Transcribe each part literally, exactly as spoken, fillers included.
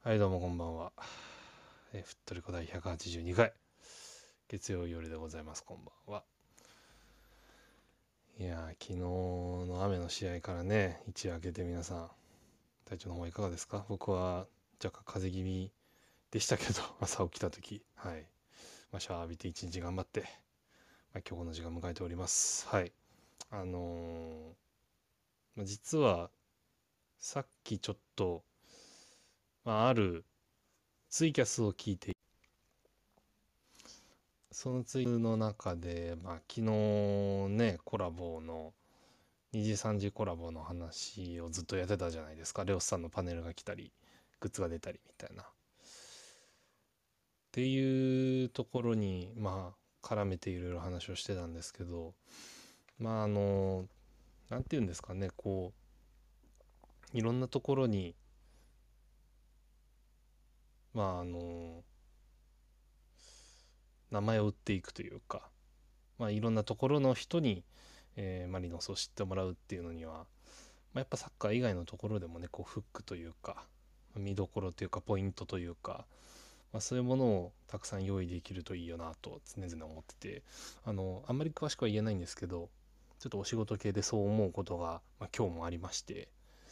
はいどうもこんばんは。えー、ふっとりこだいひゃくはちじゅうにかい月曜夜でございます。こんばんは。いやー昨日の雨の試合からね一夜明けて皆さん体調の方はいかがですか？僕は若干風邪気味でしたけど朝起きた時はい、まあ、シャワー浴びて一日頑張って、まあ、今日この時間迎えております。はいあのーまあ、実はさっきちょっと、まあ、あるツイキャスを聞いてそのツイートの中で、まあ、昨日ね、コラボの、にじさんじコラボの話をずっとやってたじゃないですか。レオスさんのパネルが来たり、グッズが出たりみたいな。っていうところに、まあ、絡めていろいろ話をしてたんですけど、まあ、あの、なんていうんですかね、こう、いろんなところに、まあ、あの、名前を売っていくというか、まあ、いろんなところの人に、えーマリノスを知ってもらうっていうのには、まあ、やっぱサッカー以外のところでもねこうフックというか見どころというかポイントというか、まあ、そういうものをたくさん用意できるといいよなと常々思ってて、あのあんまり詳しくは言えないんですけど、ちょっとお仕事系でそう思うことが、まあ、今日もありまして、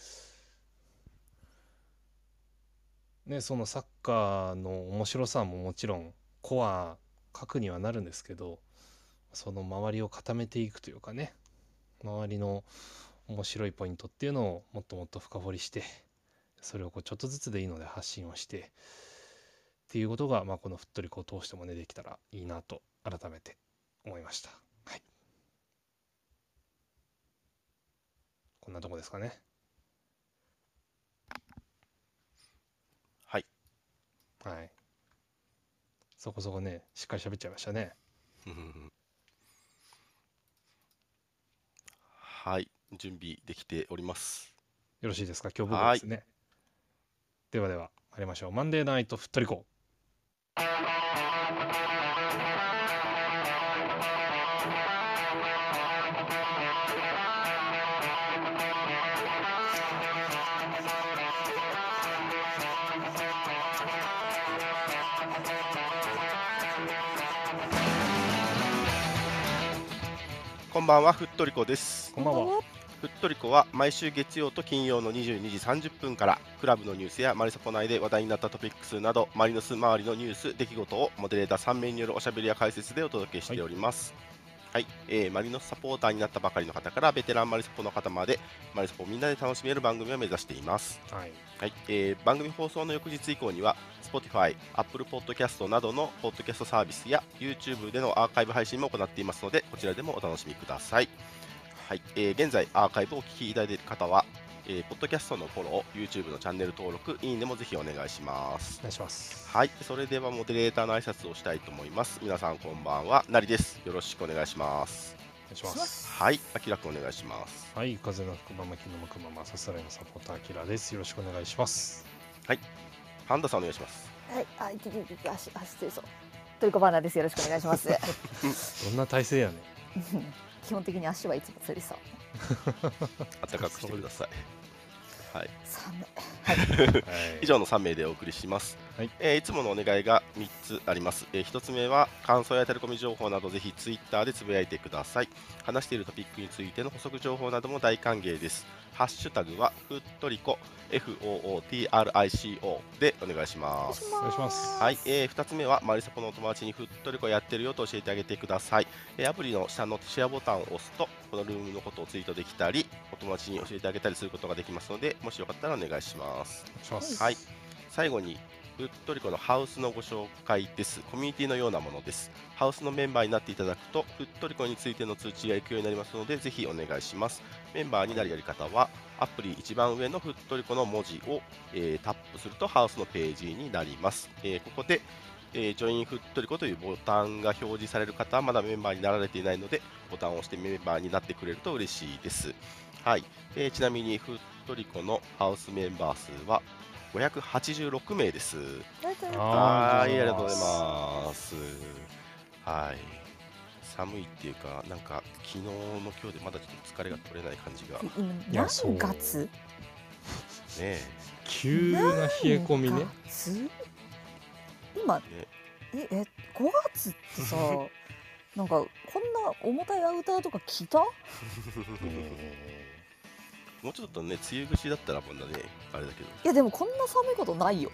ね、そのサッカーの面白さももちろんコア核にはなるんですけど、その周りを固めていくというかね、周りの面白いポイントっていうのをもっともっと深掘りして、それをこうちょっとずつでいいので発信をしてっていうことが、まあ、このふっとりこを通してもねできたらいいなと改めて思いました。はい、こんなとこですかね。 はい。 はい、そこそこねしっかり喋っちゃいましたね。 はい。準備できております。 よろしいですか？今日僕ではい。 すね。ではでは参りましょう。マンデーナイトふっとりこ。 こんばんは、ふっとりこです。 こんばんは。 ふっとりこは毎週月曜と金曜のにじゅうにじさんじゅっぷんからクラブのニュースやマリサポ内で話題になったトピックスなどマリノス周りのニュース、出来事をモデレーターさん名によるおしゃべりや解説でお届けしはいております。はい、えーマリノスサポーターになったばかりの方からベテランマリサポの方までマリサポをみんなで楽しめる番組を目指しています。 はいはい、えー番組放送の翌日以降には Spotify、Apple Podcast などのポッドキャストサービスや YouTube でのアーカイブ配信も行っていますのでこちらでもお楽しみください。はい、えー現在アーカイブをお聞きいただいている方は、えーポッドキャストのフォロー、YouTube のチャンネル登録、いいねもぜひお願いします。 お願いします。 はい、それではモデレーターの挨拶をしたいと思います。皆さんこんばんは、なりです。よろしくお願いします。 お願いします。 はい、あきらくんお願いします。 はい、風の吹くまま気の向くままさすらいのサポーターアキラです。よろしくお願いします。 はい、パンダさんお願いします。 はい、あ、いてててて、足、足ついそう。トリコバーナーです。よろしくお願いします。 どんな体勢やねん。 基本的に足はいつもつりそう。 暖かくしてください。はい、 寒い。 はい以上のさん名でお送りします。 はいえーいつものお願いがみっつあります。えーひとつめは感想やタレコミ情報などぜひツイッターでつぶやいてください。話しているトピックについての補足情報なども大歓迎です。ハッシュタグはふっとりこ エフオーオーティーアールアイシーオー でお願いします。 お願いします。 はい、えー、ふたつめはマリサポのお友達にふっとりこやってるよと教えてあげてください。えーアプリの下のシェアボタンを押すとこのルームのことをツイートできたりお友達に教えてあげたりすることができますのでもしよかったらお願いします。 お願いします。 はい、最後にふっとりこのハウスのご紹介です。コミュニティのようなものです。ハウスのメンバーになっていただくとふっとりこについての通知が行くようになりますのでぜひお願いします。メンバーになるやり方はアプリ一番上のふっとりこの文字を、えータップするとハウスのページになります。えーここでえージョインふっとりこというボタンが表示される方はまだメンバーになられていないのでボタンを押してメンバーになってくれると嬉しいです。はい、えーちなみにふっとりこのハウスメンバー数はごひゃくはちじゅうろく名です。 あーはい、ありがとうございす。 ます。はい。寒いっていうか、なんか昨日の今日でまだちょっと疲れが取れない感じが。 今いやそう何月？ え急な冷え込みね。 夏今ねええごがつってさなんかこんな重たいアウターとか着た？ もうちょっとね、梅雨口だったらもんだね、あれだけど。 いやでもこんな寒いことないよ。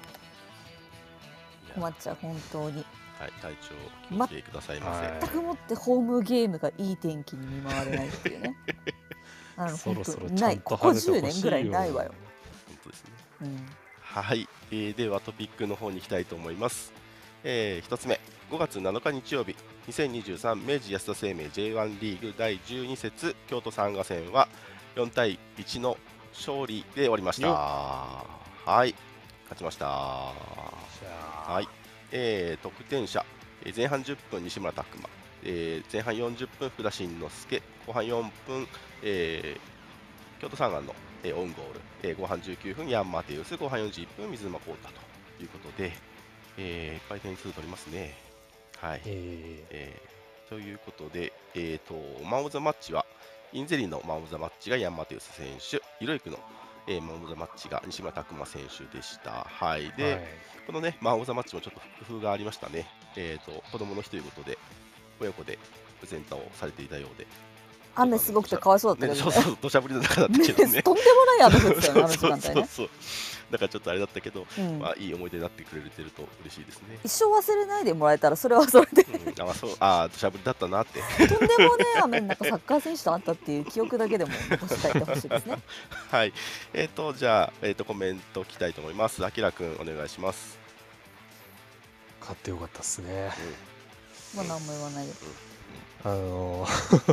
いや困っちゃう本当に。 はい、体調気をつけくださいませ。 はい全くもってホームゲームがいい天気に見舞われないっていうね。あのそろそろ本当にないちゃんとここ晴れてほしいよ。 じゅうねんぐらいないわよ。 本当ですね。 うんはい、えーではトピックの方に行きたいと思います。えー、ひとつめ、ごがつなのか日曜日、にせんにじゅうさん明治安田生命 ジェイワン リーグだいじゅうに節京都サンガ戦はよんたいいちの勝利で終わりました。 よはい、勝ちました。は、 はいえー、得点者、えー前半じゅっぷん西村拓真、えー前半よんじゅっぷん福田慎之介、後半よんぷん、えー京都サンガの、えーオウンゴール、えー後半じゅうきゅうふんヤン・マテウス、後半よんじゅういっぷん水沼宏太ということで、えー、いっぱい点数取りますね。はい、 ええーということで、えー、とマン・オブ・ザ・マッチはインゼリーのマン・オブ・ザ・マッチがヤン・マテウス選手、イロイクの、えーマン・オブ・ザ・マッチが西村拓真選手でした。はい、 ー、 で、 はいこのね、マン・オブ・ザ・マッチもちょっと工夫がありましたね。えー、と子供の日ということで、親子でプレゼンターをされていたようで、 雨すごくてかわいそうだったね、 けどね。 そうそう、土砂降りの中だったけどね。 とんでもない雨降ってたよねあの時間帯ね。 そうそうそう、だからちょっとあれだったけど、 うんまあ、いい思い出になってくれてると嬉しいですね。 一生忘れないでもらえたらそれはそれでうん、あ、まあ、そう、あー、土砂降りだったなって。 とんでもねえ雨の中サッカー選手と会ったっていう記憶だけでも残しておいてほしいですね。 はい、えーと、じゃあ、えーと、コメント聞きたいと思います。あきらくん、お願いします。 勝ってよかったっすね。 まあ何も言わないよ。 あの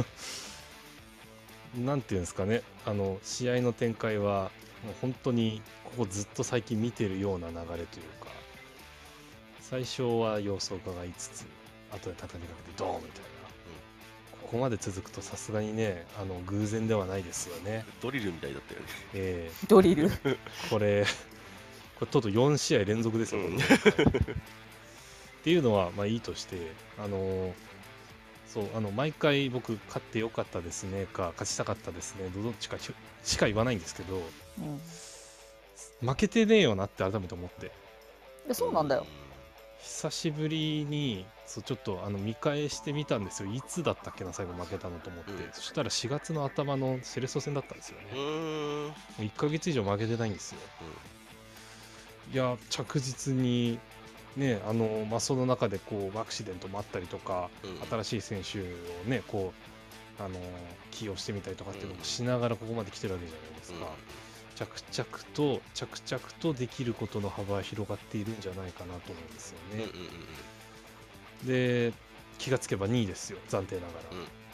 なんていうんですかね、あの試合の展開はもう本当にここずっと最近見てるような流れというか、最初は様子を伺いつつ後で畳みかけてドーンみたいな、ここまで続くとさすがにね、あの偶然ではないですよね。 ドリルみたいだったよね。 えドリル。 ーこれこれとうとうよん試合連続ですよ、 うんこれっていうのはまあいいとして、あのそうあの毎回僕勝ってよかったですねか勝ちたかったですねどっちかししか言わないんですけど、 うん、 負けてねえよなって改めて思って、 でそうなんだよ。 久しぶりにそうちょっとあの見返してみたんですよ。いつだったっけな最後負けたのと思って、 うんそしたらしがつの頭のセレッソ戦だったんですよね。 うーん、 もういっかげつ以上負けてないんですよ。いや着実にね、あのまあ、その中でこうアクシデントもあったりとか、 うん新しい選手をねこうあの起用してみたりとかっていうのもしながらここまで来てるわけじゃないですか。着々と着々とできることの幅は広がっているんじゃないかなと思うんですよね。 うんうんうんうんで気がつけばにいですよ、暫定ながら。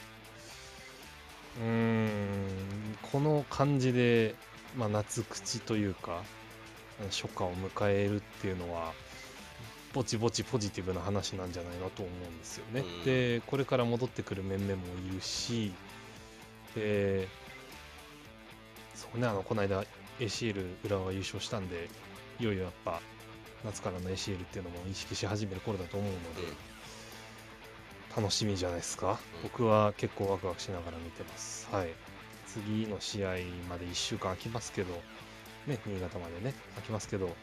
うーんこの感じで、まあ、夏口というか初夏を迎えるっていうのはぼちぼちポジティブな話なんじゃないのと思うんですよね。 うんでこれから戻ってくる面々もいるし、でそうね、あのこの間 エーシーエル 浦和が優勝したんで、いよいよやっぱ夏からの エーシーエル っていうのも意識し始める頃だと思うので、楽しみじゃないですか。 うん僕は結構ワクワクしながら見てます。はい、次の試合までいっしゅうかん空きますけど、ね、新潟までね空きますけど、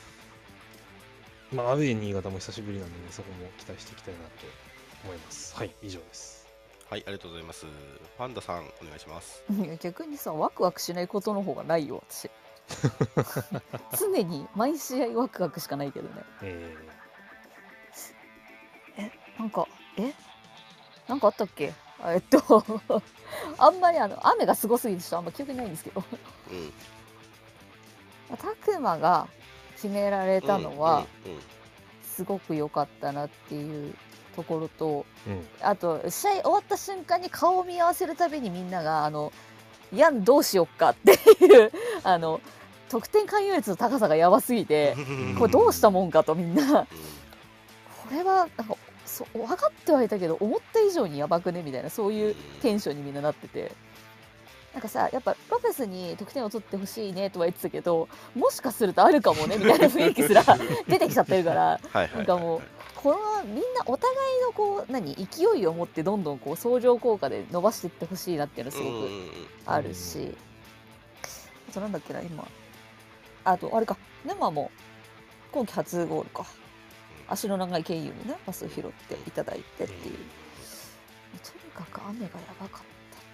まあ、アウェー新潟も久しぶりなんで、ね、そこも期待していきたいなと思います。はい、以上です。 はい、ありがとうございます。パンダさん、お願いします。 いや逆にさワクワクしないことの方がないよ私。常に毎試合ワクワクしかないけどね。 えなんかえなんかあったっけあえっとあんまりあの雨がすごすぎてちょっとあんま記憶にないんですけどうん、 拓磨が決められたのはうんうんすごく良かったなっていうところと、 ーうんあと試合終わった瞬間に顔を見合わせるたびにみんながあの「やんどうしよっか」っていうあの得点勧誘率の高さがやばすぎてうんこれどうしたもんかとみんなうこれはなんかそう分かってはいたけど思った以上にやばくねみたいなそういうテンションにみんななってて、なんかさやっぱロペスに得点を取ってほしいねとは言ってたけど、もしかするとあるかもねみたいな雰囲気すら出てきちゃってるから、 はいはいはいはい、 なんかもうこのみんなお互いのこう何勢いを持ってどんどんこう相乗効果で伸ばしていってほしいなっていうのすごくあるし、あとなんだっけな今あとあれかネマも今季初ゴールか、足の長いケイユにねパスを拾っていただいてっていう、とにかく雨がやばか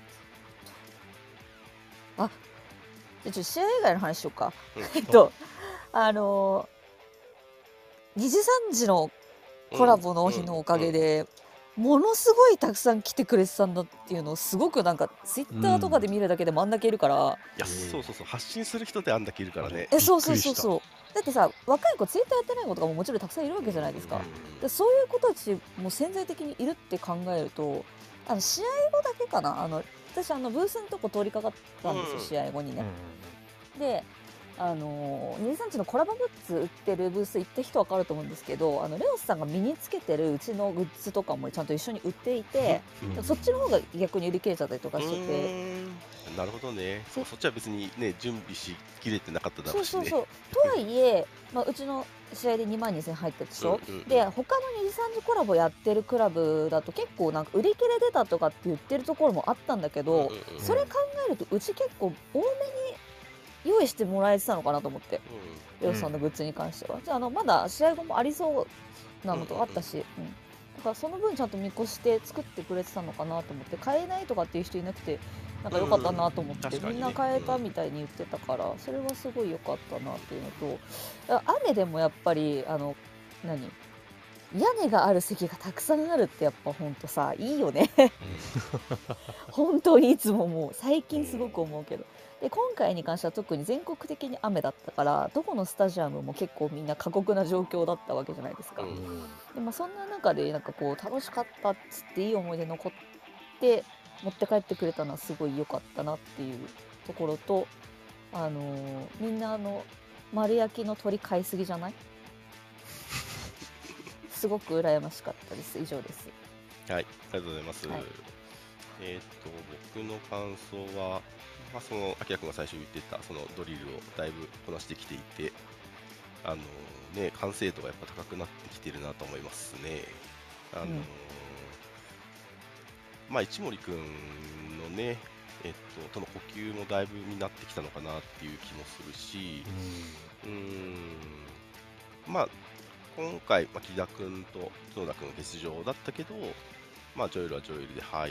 ったあじゃあちょっと試合以外の話しようか、 うんえっとあのー、にじさんじのコラボの日のおかげで、ものすごいたくさん来てくれてたんだっていうのをすごくなんかツイッターとかで見るだけでもあんだけいるから、 いやそうそうそう発信する人ってあんだけいるからね。 えそうそうびっくりしたそうそうだってさ若い子ツイッターやってない子とかももちろんたくさんいるわけじゃないですか、 うんでそういう子たちも潜在的にいるって考えると、あの試合後だけかな、あの私あのブースのとこ通りかかったんですよ、 うん試合後にね、 うんであのにじさんじのコラボグッズ売ってるブース行った人わかると思うんですけど、あのレオスさんが身につけてるうちのグッズとかもちゃんと一緒に売っていて、 うんそっちの方が逆に売り切れちゃったりとかしてうて、 ーんなるほどね。そうそっちは別にね準備しきれてなかっただろうしね。 そうそうそうとはいえ、まあ、うちの試合でにまんにせん入ったでしょ、 うんうんうんで他のにじさんじコラボやってるクラブだと結構なんか売り切れ出たとかって言ってるところもあったんだけど、 うんうんうんそれ考えるとうち結構多めに用意してもらえてたのかなと思って、レオスさんのグッズに関しては、じゃああのまだ試合後もありそうなのとあったし、うんだからその分ちゃんと見越して作ってくれてたのかなと思って、買えないとかっていう人いなくてなんか良かったなと思って、 うん確かにねみんな買えたみたいに言ってたから、それはすごい良かったなっていうのと、あ雨でもやっぱりあの何屋根がある席がたくさんあるってやっぱほんとさいいよね本当にいつももう最近すごく思うけど、で今回に関しては特に全国的に雨だったから、どこのスタジアムも結構みんな過酷な状況だったわけじゃないですか、 うんでまあ、そんな中でなんかこう楽しかったっつっていい思い出残って持って帰ってくれたのはすごい良かったなっていうところと、あのーみんなあの丸焼きの鶏買いすぎじゃないすごく羨ましかったです。以上です。 はい、ありがとうございます。 はいえっ、と、僕の感想は、まあ、その、あきらくんが最初言ってた、そのドリルをだいぶこなしてきていて、あのね、完成度がやっぱ高くなってきてるなと思いますね。あのうんまあ、一森くんのね、えっと、との呼吸もだいぶになってきたのかなっていう気もするし、うーん、まあ、今回、まあ、木田君と角田君欠場だったけど、まあ、ジョエルはジョエルで入って、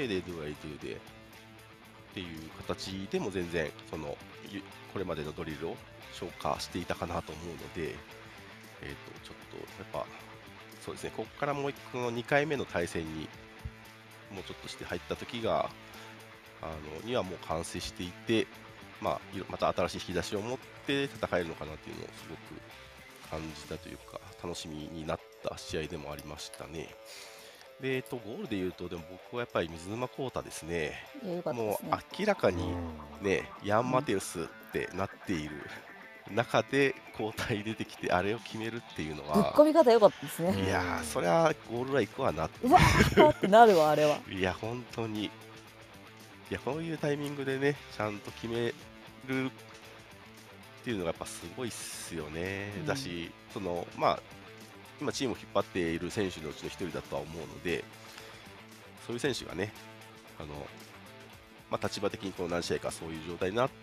で、ドゥはイドゥでっていう形でも全然そのゆこれまでのドリルを消化していたかなと思うので、えー、とちょっとやっぱそうですね、ここからもう一個のにかいめの対戦にもうちょっとして入った時があのにはもう完成していて、まあ、いろまた新しい引き出しを持って戦えるのかなっていうのをすごく感じたというか、楽しみになった試合でもありましたね。で、えっと、ゴールでいうと、でも僕はやっぱり水沼宏太ですね。 いや良かったもうですね。 明らかうんにね、ヤン・マテウスってなっている中で交代出てきて、あれを決めるっていうのぶっは、 込み方良かったですね。 いやー、そりゃゴールは行くわなってうわーってなるわあれは。 いや、本当に、いや、こういうタイミングでね、ちゃんと決めるっていうのがやっぱすごいっすよね。 うんだし、そのまあ、今チームを引っ張っている選手のうちの一人だとは思うので、そういう選手がね、あのまあ、立場的にこの何試合かそういう状態になって、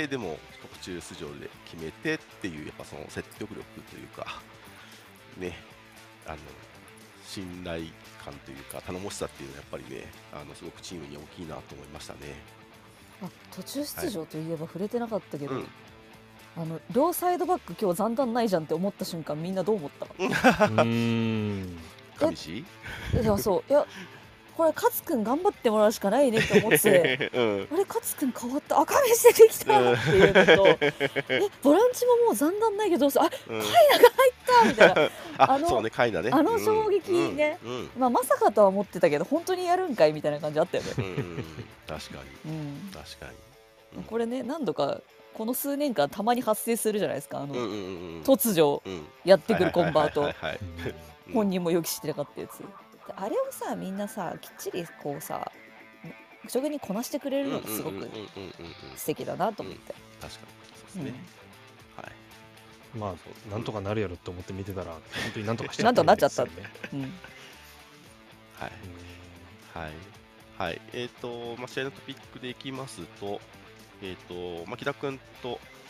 でも途中出場で決めてっていう、やっぱその説得力というか、ね、あの信頼感というか、頼もしさっていうのはやっぱりね、あのすごくチームに大きいなと思いましたね。 あ途中出場といえば触れてなかったけど、 うんあの両サイドバック今日残弾ないじゃんって思った瞬間みんなどう思ったうん上石いやそういやこれ勝くん頑張ってもらうしかないねって思ってうんあれ勝くん変わった赤飯出てきたっていうのとえボランチももう残弾ないけどどうするあうんったみたいなああのそうね、カイナね。 あの衝撃ねうんうんまあまさかとは思ってたけど本当にやるんかいみたいな感じあったよねうんうんうん確かに、 うん確かに。うんこれね何度かこの数年間たまに発生するじゃないですかあの、 うんうんうんうん突如うんやってくるコンバートはいはいはいはいうん本人も予期してなかったやつであれをさみんなさきっちりこうさ食にこなしてくれるのがすごくうんうんうんうんうんうん素敵だなと思って、 確かにそうですうんね。はい。 まあなんとかなるやろと思って見てたら本当になんとかしちゃなんとかなっちゃったんですよねうんはい。はい。はい。えっ、と、まあ、試合のトピックでいきますと、えっ、と、まあ、木田君と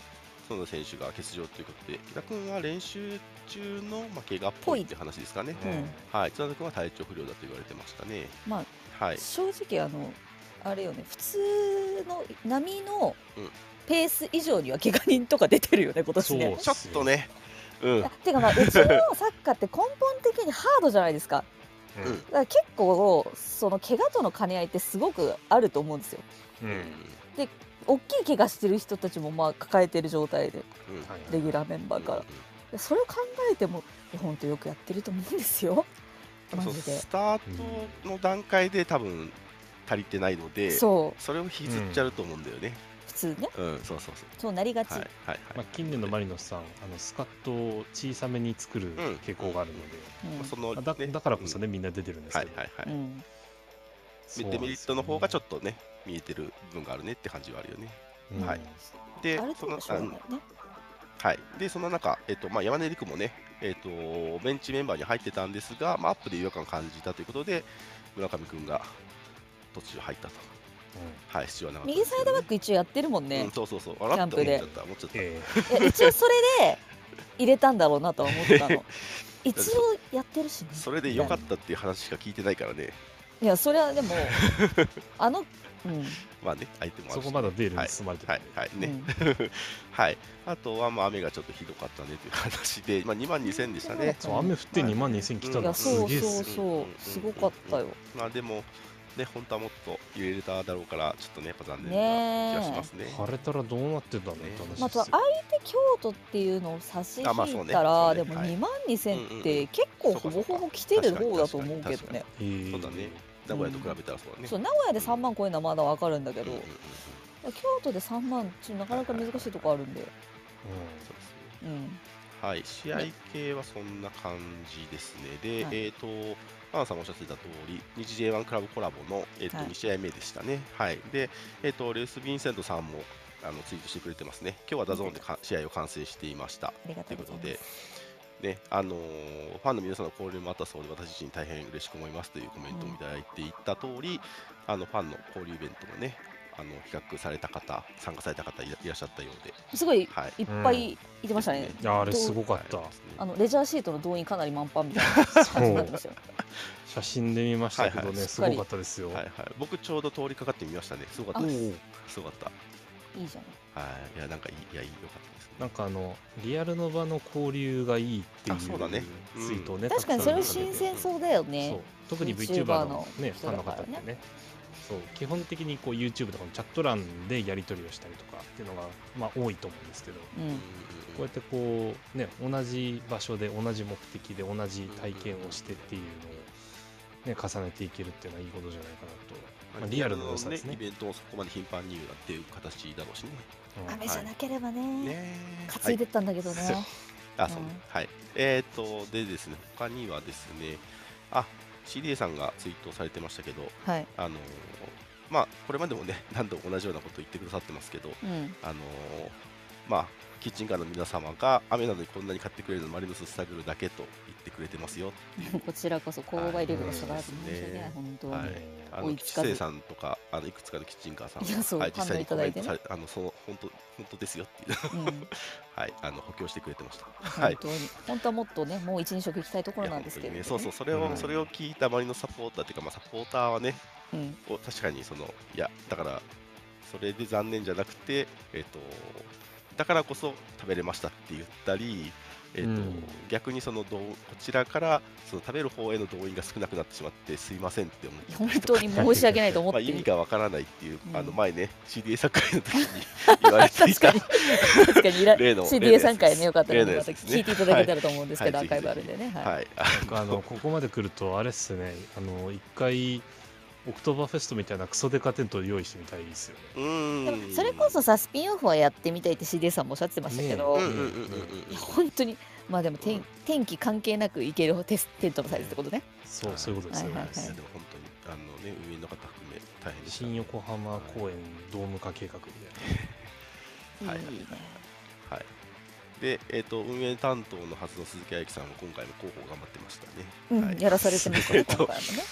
園田選手が欠場ということで、木田君は練習中の、まあ、怪我っぽいって話ですかね。 うんはい、角田君は体調不良だと言われてましたね。 まあ、 はい、 正直あのあれよね、普通の波のうんペース以上には怪我人とか出てるよね今年ね。 ちょっとね、うん、 あてかまあうちのサッカーって根本的にハードじゃないですか。 うんだから結構その怪我との兼ね合いってすごくあると思うんですよ。 うん大きい怪我してる人たちもまあ抱えてる状態でうんうんはいレギュラーメンバーから、でそれを考えても本当よくやってると思うんですよマそうジで。 スタートの段階で多分足りてないので、そそうれを引きずっちゃうと思うんだよね。 普通ねうん、そうそうそう。 そうなりがち、 はいはいはい。 まあ、近年のマリノスさん、あのスカットを小さめに作る傾向があるので、 うんまあそのあだねだからこそね、みんな出てるんですはいけど、 はいはい。 うんそうなんですよねデメリットの方がちょっとね見えてる部分があるねって感じはあるよね。 うんはいであるその程度しょうがないね。 はい、でその中、えっとまあ、山根陸もね、えっと、ベンチメンバーに入ってたんですが、まあ、アップで違和感を感じたということで、村上君が途中入ったと、はい、必要はなかった右サイドバック一応やってるもんね、 うん、そうそうそう、あらっとキャンプで思っちゃった、思っちゃった、 えいや一応それで入れたんだろうなとは思ってたの一応やってるしね。 それで良かったっていう話しか聞いてないからね、 いやそれはでもあのうんまあね、相手もえあるしそこまだベールに包まれてるはいんで、 はいね、 うんはい、あとはまあ雨がちょっとひどかったねという話で、まあ、にまんにせんでしたね。 そう雨降ってにまんにせん来たいやのすそうそうげえっすよ。 そうすごかったよ。 まあでも、ね、本当はもっと入れれただろうから、ちょっとね、やっぱ残念ねえな気がしますね。 晴れたらどうなってたんだって話まあ、 ですよ。 と相手京都っていうのを差し引いあまあそうねたら、 そうねでもはいにまんにせんっうんうんうんて結構ほぼほぼ来てる方だと思うけどね。 えーそうだね、名古屋と比べたらそうだね。 そう名古屋でさんまん超えるのはまだわかるんだけど、 うんうんうんうん京都でさんまんちょっとなかなか難しいとこあるんで、 うそうですねうん、 はい、試合系はそんな感じですね。で、 はいえっ、と、アナさんもおっしゃってた通り、日 ジェイワン クラブコラボの、えーとはいに試合目でしたね。はい。で、えっ、と、レウス・ヴィンセントさんもあのツイートしてくれてますね。今日はダゾーンでか試合を観戦していました。 ありがとうございます。 ね、あのーファンの皆さんの交流もあったそうで、私自身大変嬉しく思いますというコメントをいただいていた通り、あのファンの交流イベントもね、あの企画された方、参加された方いらいらっしゃったようで、 すごいはい。 いっぱいいてましたね。 ですん、いやあれすごかった。 はいあのレジャーシートの動員かなり満帆みたいな感じになってましたよ。 写真で見ましたけどね、 はいはいすごかったですよ。 はいはい、僕ちょうど通りかかってみましたね。すごかあったです。すごかった。 いいじゃん。 はい、いや、なんかいい、いや、いい、よかったですね。 なんかあのリアルの場の交流がいいっていうあそうだねうんツイートをね、 確かにそれたくさん新鮮そうだよそうね。 特に YouTuber VTuber ののねフ人ァンの方だからねってね、そう基本的にこう YouTube とかのチャット欄でやり取りをしたりとかっていうのがまあ多いと思うんですけど、こうん。 うやってこうね同じ場所で同じ目的で同じ体験をしてっていうのをね重ねていけるっていうのはいいことじゃないかなと。まあリアルの良さですねイベントもそこまで頻繁に言うなっていう形だろうしね。 うん雨じゃなければね、 ね担いでったんだけどね。 はいあ、そうねうん。 はい。えっ、と、でですね、他にはですね、あ、シーディーエー さんがツイートされてましたけど、 はい。 あのーまあ、これまでもね、何度も同じようなことを言ってくださってますけど、 うん。 あのーまあ、キッチンカーの皆様が雨なのにこんなに買ってくれるのマリノススタグルだけと言ってくれてますよっていう。 こちらこそ購買力が下がらずはい申し訳ない、本当に。 はいあの追いつかず吉星さんとかあのいくつかのキッチンカーさんいやそうはい、実際にコメント反応いされあのその本当本当ですよっていううん、 はいあの補強してくれてました。はい。 本当に、本当はもっとね、もう一、二食行きたいところなんですけれども、ね。 いや本当にね、そうそうそれを、 うんそれを聞いたマリノサポーターっていうかまあサポーターはね、 うん。 お確かにそのいやだからそれで残念じゃなくてえっ、とだからこそ食べれましたって言ったり。えーとうん逆にその動こちらからその食べる方への動員が少なくなってしまってすいませんって思ってたり本とか当に申し訳ないと思っまあてる。 意味がわからないっていう、 うんあの前ね シーディーエー 作会の時に言われていた確かに、確かにいら、 例のシーディーエー さんかいね、よかったら、また例のやつですね聞いていただけたらと思うんですけど、 はいアーカイブあるんでね。はい。 はいあのここまで来るとあれっすね、あの一回オクトーバーフェストみたいなクソデカテントを用意してみたいですよね。 うーんでもそれこそさ、スピンオフはやってみたいって シーディーエー さんもおっしゃってましたけど、 うんうんうんうんうんいや本当に、まあでも天、天気関係なく行けるテステントのサイズってことね。 そうそういうことですよね。 はいはいはいいやでも本当にあのね運営の方含め大変でした新横浜公園ドーム化計画みたいな。 はいいいね。 はいで、えー、と運営担当のはずの鈴木愛樹さんも今回も広報頑張ってましたね。 うん、 はいやらされてますね、 えっと今回もね。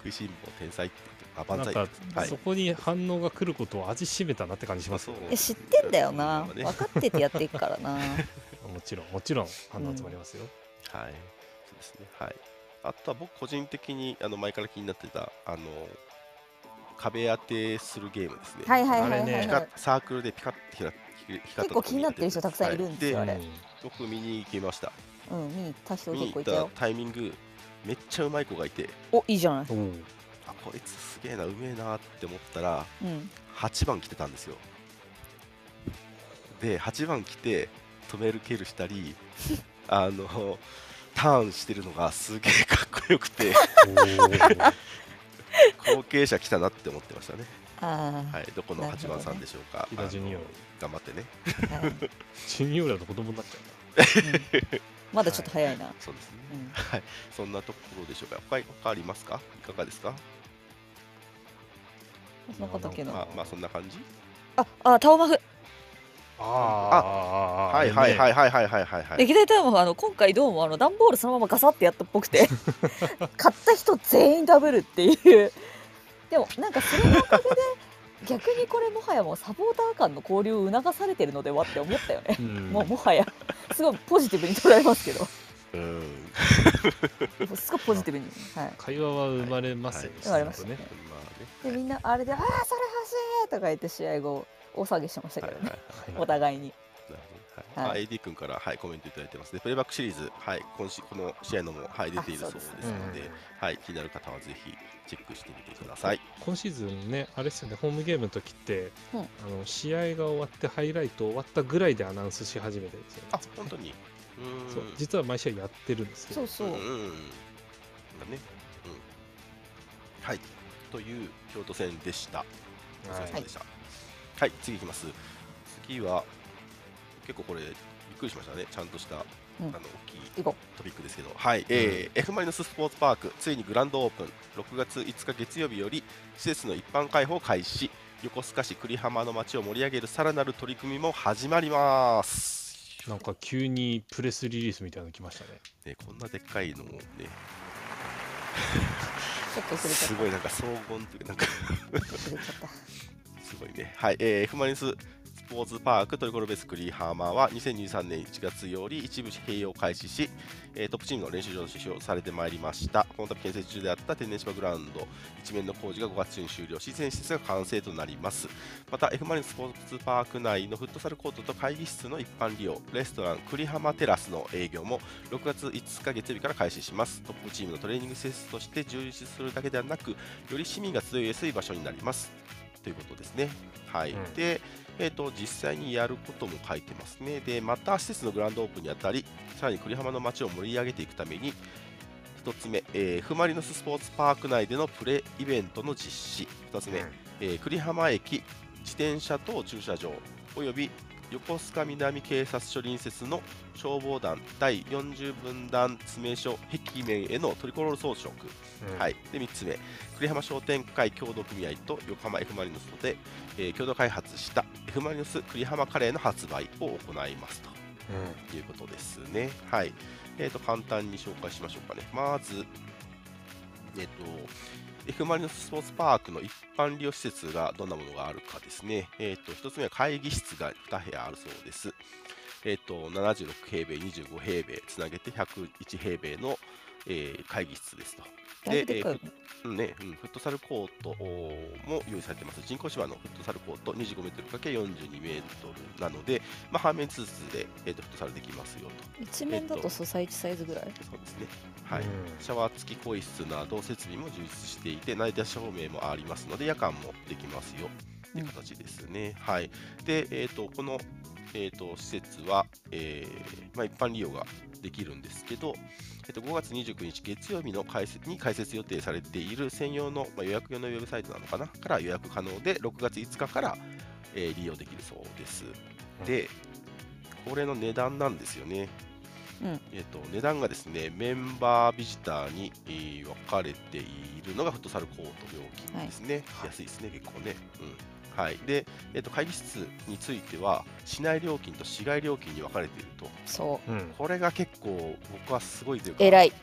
食いしん坊天才って言って、あ、万歳。 なんか、 はいそこに反応が来ることを味しめたなって感じしますよね。 え知ってんだよな、 まあね分かっててやっていくからな。 もちろんもちろん反応集まりますよ。 はい、そうですね。はい。あとは僕個人的にあの前から気になってたあの壁当てするゲームですね。 はいはいはいはい、 あれねピカッサークルでピカッて光光った結構気になってる人たくさんいるんですよ、 はい、 あれ。 で僕見に行きました。 うん、見に行った人見に行った結構いたよ。 タイミングめっちゃうまい子がいて、 お、いいじゃない。 うん、 あ、こいつすげえな、うめえなって思ったらうん。 はちばん来てたんですよ。ではちばん来て止める蹴るしたりあのターンしてるのがすげえかっこよくて後継者来たなって思ってましたね。 ああ、 はい、どこのはちばんさんでしょうか。 木田ジュニオあの頑張ってね。 はいジュニオーラの子供になっちゃうんまだちょっと早いな。 そうですね。 うんはい、そんなところでしょうか。他他ありますか？いかがですか？ そんなことけど。 まあまあそんな感じ。 あ、あ、タオマフ。 う。ああ、 はいはいはいいはいはいはいはいはい。 歴代タオマフ、あの今回どうもあの段ボールそのままガサってやったっぽくて、買った人全員ダブルっていう。でもなんかそれのおかげで逆にこれもはやもうサポーター間の交流を促されてるのではって思ったよね。 うんもうもはやすごいポジティブに捉えますけど、 うーん。 すごいポジティブに、はい。 会話は生まれますよね。 はい生まれましたねきっとまあね。 でみんなあれで「ああそれ欲しい!」とか言って試合後大騒ぎしてましたけどね、 はいはいはい。 はいお互いに。 なるほどはい。 はいあ、エーディー 君からはいコメントいただいてますね。プレイバックシリーズはい今週この試合のもはい出ているそうですあそうですねので、はい気になる方はぜひチェックしてみてください。 今シーズンね、あれですよね、ホームゲームの時って、 うんあの試合が終わってハイライト終わったぐらいでアナウンスし始めてるんですよね。 あ、本当に。うーん。 そう実は毎試合やってるんですけど、 そうそう、 うんうんうん。だね。うん。はい。という京都戦でした。お疲れ様でした。はい、次いきます。次は結構これびっくりしましたね。ちゃんとした、 うんあの大きい行こトピックですけど、はい、えー F ・マリノススポーツパークついにグランドオープンろくがついつか月曜日より施設の一般開放開始。横須賀市久里浜の街を盛り上げるさらなる取り組みも始まります。 なんか急にプレスリリースみたいなの来ましたね。 ね、こんなでっかいのもね、 う、ちょっと遅れちゃっすごいなんか荘厳というかなんかた遅れちゃった。 すごいね。はい、えー、F ・マリノススポーツパークトリコロベス久里浜はにせんにじゅうさんねんいちがつより一部併用開始し、えートップチームの練習場として使用されてまいりました。この度建設中であった天然芝グラウンド一面の工事がごがつ中に終了し、全施設が完成となります。また F ・マリノススポーツパーク内のフットサルコートと会議室の一般利用、レストラン久里浜テラスの営業もろくがついつか月曜日から開始します。トップチームのトレーニング施設として充実するだけではなく、より市民が集いやすい場所になりますということですね。はい、 うんで、えーと、実際にやることも書いてますね。で、また施設のグランドオープンにあたり、さらに久里浜の街を盛り上げていくために、ひとつめ、えー、F ・マリノススポーツパーク内でのプレイベントの実施。ふたつめ、えー、久里浜駅自転車等駐車場および横須賀南警察署隣接の消防団だいよんじゅう分団詰め所壁面へのトリコロール装飾、 うんはい、でみっつめ、久里浜商店会協同組合と横浜 F ・マリノスで、えー共同開発した F ・マリノス久里浜カレーの発売を行いますということですね。はい、えー、と簡単に紹介しましょうかね。まず、えっ、と F ・マリノススポーツパークの一般利用施設がどんなものがあるかですね。えっ、とひとつめは会議室がに部屋あるそうです。えっ、とななじゅうろく平米、にじゅうご平米つなげてひゃくいち平米の、えー会議室ですと。 だいぶでっかいよね。 うんねうん、フットサルコートも用意されてます。人工芝のフットサルコート にじゅうごメートルかけるよんじゅうにメートルなので、まあ、半面通通で、えーとフットサルできますよと。 一面だとソサイチサイズぐらい。 そうですね。はい。 うんシャワー付き更衣室など設備も充実していて、ナイター照明もありますので、夜間もできますよという形ですね。はい。で、えー、とこの、えー、と施設は、えーまあ、一般利用ができるんですけど、えっと、ごがつにじゅうくにち月曜日の開設に開設予定されている専用の、まあ、予約用のウェブサイトなのかなから予約可能で、ろくがついつかから、えー利用できるそうです。で、これの値段なんですよね。 うんえっと値段がですね、メンバービジターに、えー分かれているのがフットサルコート料金ですね。 はい安いですね、結構ね。うんはい、で、えっと会議室については、市内料金と市外料金に分かれていると。 そうんこれが結構、僕はすごいというか、 う。偉い。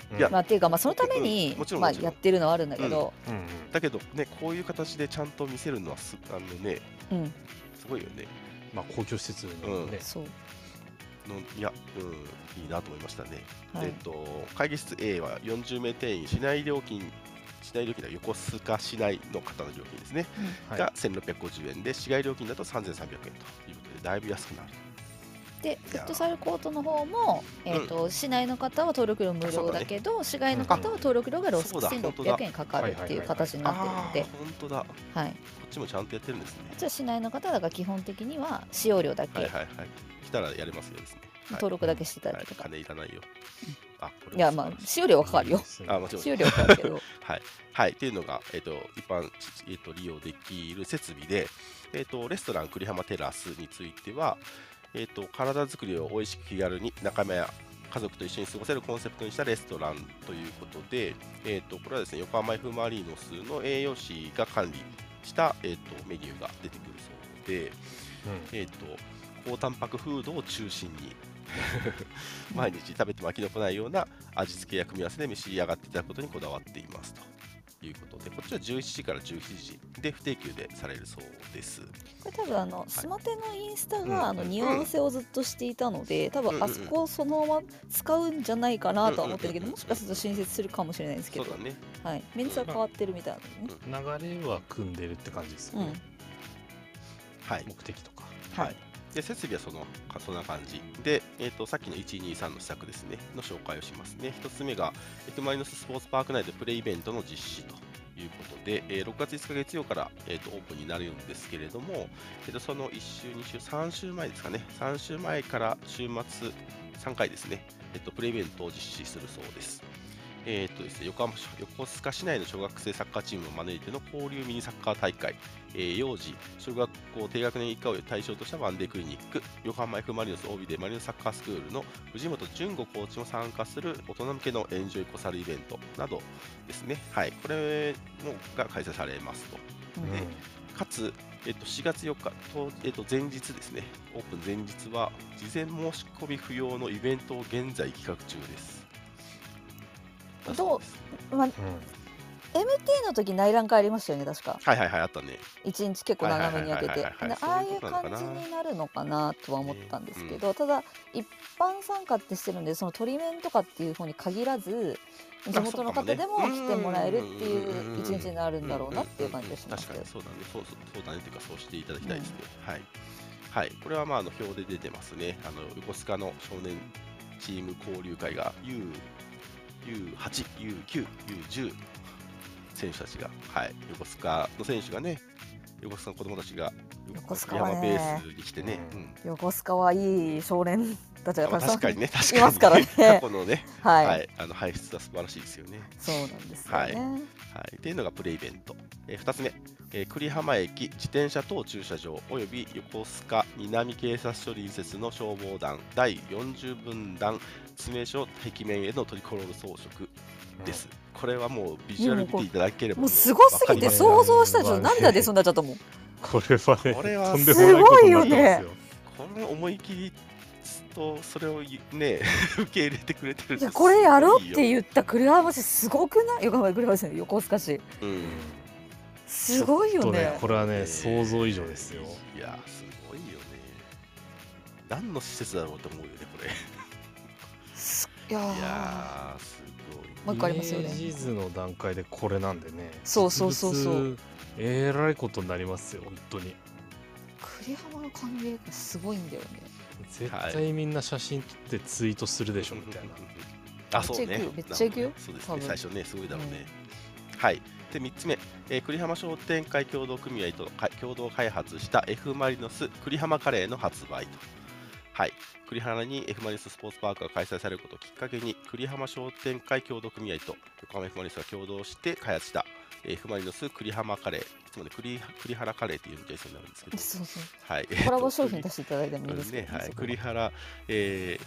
うんいやまあっていうかまあそのためうんにまあもちろんもちろんやってるのはあるんだけど、 うんうんだけどね、こういう形でちゃんと見せるのはすあのね、 うん、 すごいよね。 まあ公共施設のね、 そう、 のいや、うん、いいなと思いましたね。 はいえっと、会議室 A はよんじゅうめい定員、市内料金、市内料金は横須賀市内の方の料金ですね、 はいがせんろっぴゃくごじゅうえんで、市外料金だとさんぜんさんびゃくえんということで、だいぶ安くなる。 でフットサルコートの方も、えーと市内の方は登録料無料だけど、市外の方は登録料がそうだせんろっぴゃくえんかかるっていう形になってるので、 あー、本当だ。こはい、 っちもちゃんとやってるんですね。 じゃあ市内の方だから基本的には使用料だけ、 はいはいはい。来たらやれますよですね。はい登録だけしていただはいけとか、 金いらないよ。あ、これいやまあ使用料はかかるよ、 あ、もちろん。 使用料はかかるけどはい、はい、っていうのが、えっと一般、えっと利用できる設備で、えっとレストラン栗浜テラスについては、えっと体づくりを美味しく気軽に仲間や家族と一緒に過ごせるコンセプトにしたレストランということで、えっとこれはですね、横浜 F ・マリーノスの栄養士が管理した、えっとメニューが出てくるそうで、えっと高タンパクフードを中心に毎日食べても飽きのこないような味付けや組み合わせで召し上がっていただくことにこだわっていますということで、こっちはじゅういちじからじゅうしちじで不定休でされるそうです。 これ多分あのスマテのインスタうんがあの匂わせをずっとしていたので、多分あそこをそのまま使うんじゃないかなとは思ってるけど、もしかすると新設するかもしれないですけど、 そうだね。 はい、メンツは変わってるみたいなのね。 流れは組んでるって感じですうん、 よね、 はい。 目的とか。 はい。で、設備はそのかそんな感じで、えー、とさっきのいちにさんの施策ですね、の紹介をしますね。ひとつめが、F ・マリノススポーツパーク内でプレイベントの実施ということで、えーろくがついつか月曜から、えー、とオープンになるんですけれども、えー、とそのいっ週、に週、さん週前ですかね、さん週前から週末さんかいですね、えー、とプレイベントを実施するそうです。えーとですね、横浜横須賀市内の小学生サッカーチームを招いての交流ミニサッカー大会、えー幼児、小学校低学年以下を対象としたワンデークリニック、横浜 F ・マリノス オービー でマリノスサッカースクールの藤本純吾コーチも参加する大人向けのエンジョイコサルイベントなどですね、はい、これもが開催されますと。 うんでかつ、えっと、しがつよっかと、えっと、前日ですね、オープン前日は事前申し込み不要のイベントを現在企画中です。だそうですまあ、 うんエムティー の時内覧会ありましたよね、確かはいはいはい、あったね。 いちにち結構長めにやってて、 はいはいはいはいはいでああいうそういうことなのかな感じになるのかなとは思ったんですけど、ただ一般参加ってしてるんで、その鳥面とかっていう方に限らず地元の方でも来てもらえるっていう一日になるんだろうなっていう感じがしましたよ確かに。そうだね、そうそうそうだねっていうか、そうしていただきたいですね。はい、はい、これはまああの表で出てますね。あの横須賀の少年チーム交流会が ユーユーはち、ユーきゅう、ユーじゅう 選手たちが、はい、横須賀の選手がね、横須賀の子供たちが横須賀はね栗山ベースに来てね、 うんうん横須賀はいい少年たちがたくさん確かにね、確かにいますからね過去のね、 はい、 はい、あの輩出は素晴らしいですよね。 そうなんですよね。 はいはい、っていうのがプレイベント。えー、ふたつめ、えー栗浜駅自転車等駐車場および横須賀南警察署隣接の消防団だいよんじゅう分団詰め所壁面へのトリコロール装飾です。これはもうビジュアル見ていただければもうすごすぎてわかります想像したらちょっと涙出そうになっちゃったもん。 これはね、 これはとんでもないことになってますよ。 この思い切りとそれをね受け入れてくれてるいやこれやろうってう、 言った栗浜市すごくない？横浜栗浜市の横須賀市うん、 すごいよちょっとね。 これはね、想像以上ですよ。 いやすごいよね。何の施設だろうと思うよねこれ。 すいやーいやーすごい。 もう一個ありますよねイメージ図の段階でこれなんでね。 そうそうそうそう実物えらいことになりますよ、本当に。 栗浜の歓迎がすごいんだよね。 絶対みんな写真撮ってツイートするでしょ、みたいな。 あ、そうね。 めっちゃ行くよなるほどねそうですね。 多分最初ね、すごいだろうね。はい。で、みっつめ、えー栗浜商店会協同組合とか共同開発した F ・マリノス栗浜カレーの発売と。はい。栗浜に F ・マリノススポーツパークが開催されることをきっかけに、栗浜商店会協同組合と横浜 F ・マリノスが共同して開発した F ・マリノス栗浜カレー、いつもね、栗栗原カレーっていうみたいになるんですけど、 そうそうはい。 コラボ商品出していただいてもいいですかね、はい、栗原、えー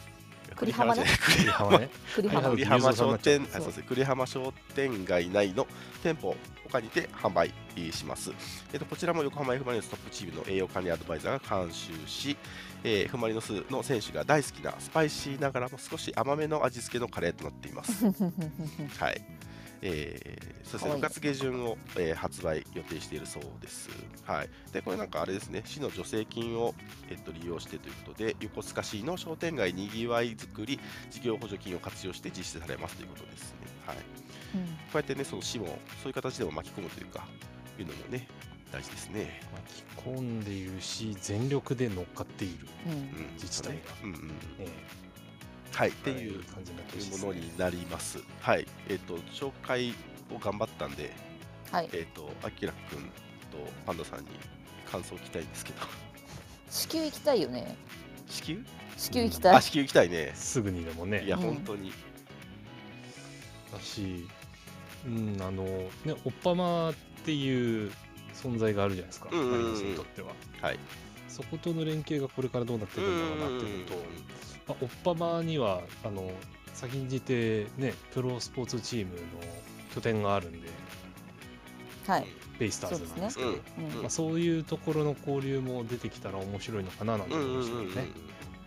栗浜ね。 栗浜ね。 栗浜。 栗浜商店、 そうあそうですね、栗浜商店街内の店舗他にて販売します。えっと、こちらも横浜 F ・マリノストップチームの栄養管理アドバイザーが監修し、えー、F ・マリノスの選手が大好きなスパイシーながらも少し甘めの味付けのカレーとなっています。はい。えー、そうですね、ろくがつ下旬を、えー、発売予定しているそうです。はい。で、これなんかあれですね、市の助成金を、えっと、利用してということで、横須賀市の商店街にぎわいづくり事業補助金を活用して実施されますということですね。はい。 うん、 こうやってね、その市もそういう形でも巻き込むというか、いうのもね、大事ですね。 巻き込んでいるし、全力で乗っかっているうんうん、 自治体が。 うんうん。 えはい、っえていう感じになってほしいでもすね。 のになります。はい。えっと、紹介を頑張ったんで、 はい。 えっと、あきらくんとパンダさんに感想を聞きたいんですけど、 至急行きたいよね。 至急至急行きたい。 あ、至急行きたいね。 すぐにでもね。 いや、 うん本当に。 だし、うん、あのね、オッパマっていう存在があるじゃないですか、 うんうんうんマリノスにとっては。 はい。 そことの連携がこれからどうなっていくんだろうなっていうのと、 うんうんまあ、オッパマにはあの先んじてね、プロスポーツチームの拠点があるんで、 はい。 ベイスターズなんですけど、 そうでうんまあ、そういうところの交流も出てきたら面白いのかななんてうん思いうんうんうんうん。 ましたよね。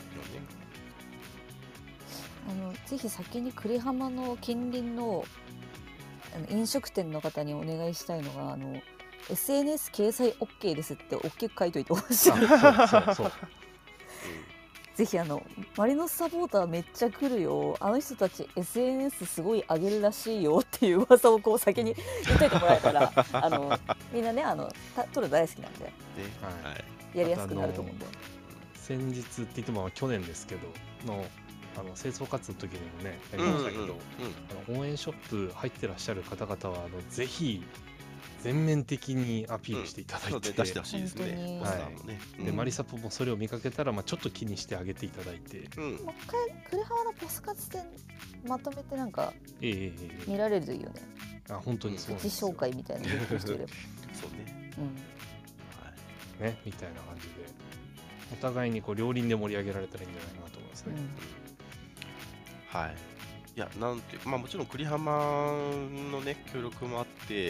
あのぜひ先に栗浜の近隣のあの飲食店の方にお願いしたいのが、あの エスエヌエス 掲載 OK ですって大きく書いといてほしい。 あそうそうそうぜひあのマリノスサポーターめっちゃ来るよ、あの人たち エスエヌエス すごい上げるらしいよっていう噂をこう先に言っといてもらえたらあのみんなね、あのた撮る大好きなんでね、 はいはい。 やりやすくなると思うんで。 先日って言っても去年ですけどのあの清掃活動の時にもねやりうんうんましたけど、あの応援ショップ入ってらっしゃる方々はあのぜひ全面的にアピールしていただいて、 そうね、出してほしいですね。 本当にポスターもね。 でうんマリサポもそれを見かけたら、まあ、ちょっと気にしてあげていただいて、 うん。 もう一回栗浜のポス活店まとめてなんかえええええ見られるといいよね。 えあ本当にそうプチなんですよ紹介みたいなのできる人いれば。 そうね。 うんはい。 ねみたいな感じでお互いにこう両輪で盛り上げられたらいいんじゃないかなと思いますね。 はい。いや、なんていうか、まあもちろん栗浜のね、協力もあって、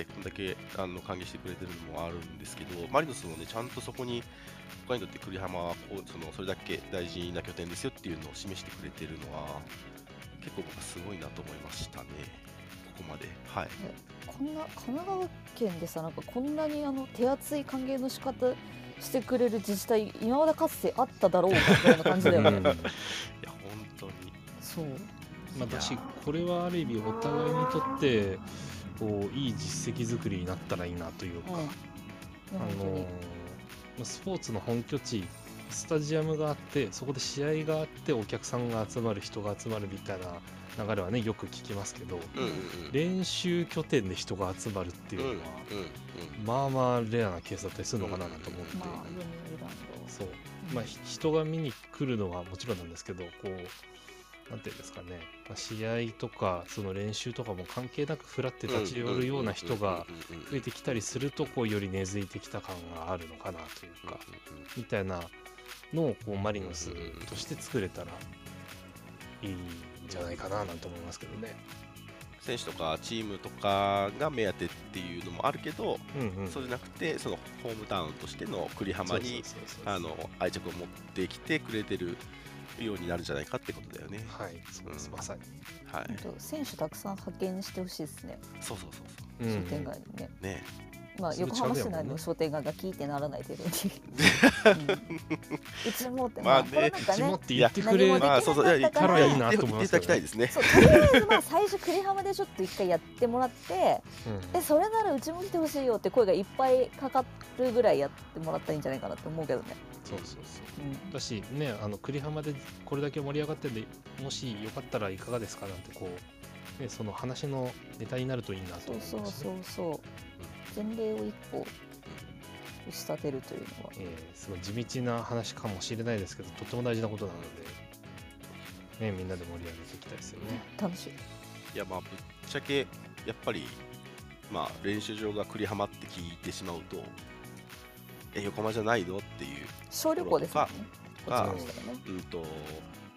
こんだけあの歓迎してくれてるのもあるんですけど、マリノスもね、ちゃんとそこに、他にとって栗浜はこうそのそれだけ大事な拠点ですよっていうのを示してくれてるのは、結構僕はすごいなと思いましたね、ここまで。はい。 こんな神奈川県でさ、なんかこんなにあの手厚い歓迎の仕方してくれる自治体今までかつてあっただろうかみたいな感じだよね。 うんいや、本当に。 そう。 まあ、だしこれはある意味お互いにとってこういい実績作りになったらいいなというか、 うん。 あ本当にのースポーツの本拠地スタジアムがあってそこで試合があってお客さんが集まる人が集まるみたいな流れはねよく聞きますけど、 うんうんうん。 練習拠点で人が集まるっていうのは、 うんうんまあまあレアなケースだったりするのかなと思って、 まあ読売ランド。 そうまあひ人が見に来るのはもちろんなんですけど、こうなんていうんですかね、まあ、試合とかその練習とかも関係なくフラって立ち寄るような人が増えてきたりすると、こうより根付いてきた感があるのかなというか、みたいなのをこうマリノスとして作れたらいいんじゃないかななんて思いますけどね。 選手とかチームとかが目当てっていうのもあるけど、 うんうん、 そうじゃなくてそのホームタウンとしての栗浜にそうそうそうそうあの愛着を持ってきてくれてるようになるんじゃないかってことだよね。 はい、そうです、 うんまさに。 はい。 本当選手たくさん派遣してほしいですね。 そうそうそうそうんうん商店街にね。 う。ね。 まあすぐ横浜市近くやもんね内の商店街が聞いてならない程度に。うんうちもってまあねこれなんかね。 地元って言ってくれ何もできまあそうそう、いや、 なかったからたらいいな言ってと思い言っていただきたいますけどね。 ですね。 そうとりあえずまあ最初栗浜でちょっと一回やってもらって、 うんえそれならうちも来てほしいよって声がいっぱいかかるぐらいやってもらったらいいんじゃないかなって思うけどね。 そうそうそう。 うんだしね、あの栗浜でこれだけ盛り上がってんで、もしよかったらいかがですかなんてこう、ね、その話のネタになるといいなとそうそう思います、ね。 そうそう。前例を一歩打ち立てるというのは。 えーすごい地道な話かもしれないですけど、とっても大事なことなので、ね、みんなで盛り上げていきたいですよね。 楽しい。 いや、まあ、ぶっちゃけ、やっぱり、まあ、練習場が栗浜って聞いてしまうと、え、横浜じゃないのっていう、 小旅行ですもんね。こっちかからしたらね。 うんと、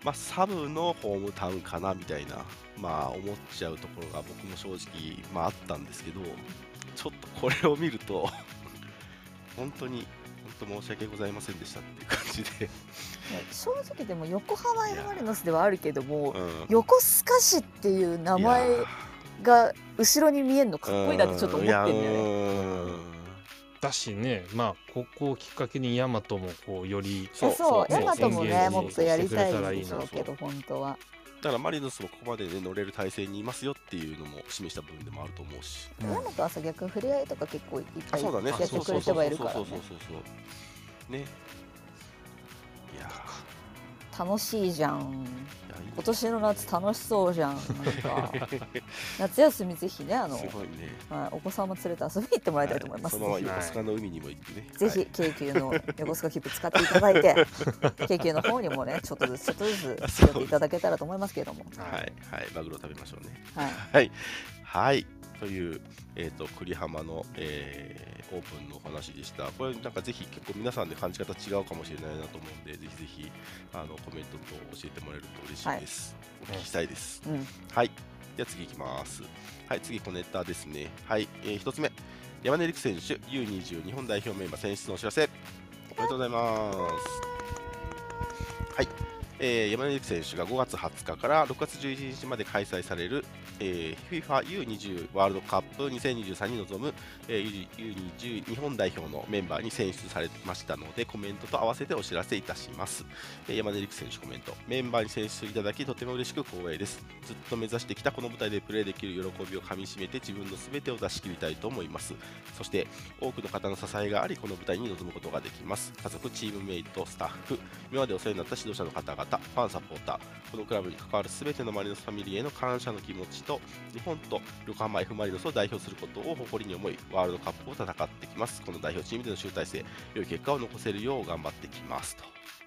まあ、サブのホームタウンかなみたいな、まあ、思っちゃうところが僕も正直、まあ、あったんですけど、ちょっとこれを見ると本当に本当申し訳ございませんでしたっていう感じで正直でも横浜 F ・マリノスではあるけども、 うん、 横須賀市っていう名前いやが後ろに見えるのかっこいいなってちょっと思ってんだよね。 うんだしね、まあここをきっかけにヤマトもこうよりそうそう、ヤマトもね、 宣言もっとやりたいしてくれたらいいなでしょうけど、本当は。 だからマリノスもここまで、ね、乗れる体制にいますよっていうのも示した部分でもあると思うし、 うんヤマトはさ、逆に触れ合いとか結構いっぱいやあそうだね、 ってくれてはいるからね。 そうそうそうそうそうね、いや楽しいじゃん。 ーいやいい今年の夏楽しそうじゃん。なんか夏休みぜひね、あの、 すごいね。 はい、お子さんも連れて遊びに行ってもらいたいと思います。 そのままぜひ横須賀の海にも行ってね。 ぜひ京急の横須賀切符使っていただいて京急の方にもねちょっとずつちょっとずつ寄っていただけたらと思いますけれども、 はいはいマグロ食べましょうね。 はい、 はいはいというえっ、と栗浜の、えーオープンのお話でした。これなんかぜひ結構皆さんで感じ方違うかもしれないなと思うんで、ぜひぜひあのコメントと教えてもらえると嬉しいです。お聞きしたいです。 うん、 はい。では次いきます。はい、次コネクタですね。はい、えー、ひとつめ、山根陸選手 ユーにじゅう 日本代表メンバー選出のお知らせ。おめでとうございます。はい、えー、山根陸選手がごがつはつかからろくがつじゅういちにちまで開催される、えー、FIFA ユーにじゅう ワールドカップにせんにじゅうさんに臨む、えー、ユーにじゅう 日本代表のメンバーに選出されましたので、コメントと合わせてお知らせいたします。えー、山根陸選手コメント、メンバーに選出いただきとても嬉しく光栄です。ずっと目指してきたこの舞台でプレーできる喜びをかみしめて自分の全てを出し切りたいと思います。そして多くの方の支えがあり、この舞台に臨むことができます。家族、チームメイト、スタッフ、今までお世話になった指導者の方々、ファンサポーター、このクラブに関わる全てのマリノスファミリーへの感謝の気持ちと、日本と横浜 F ・マリノスを代表することを誇りに思い、ワールドカップを戦ってきます。この代表チームでの集大成、良い結果を残せるよう頑張ってきますと。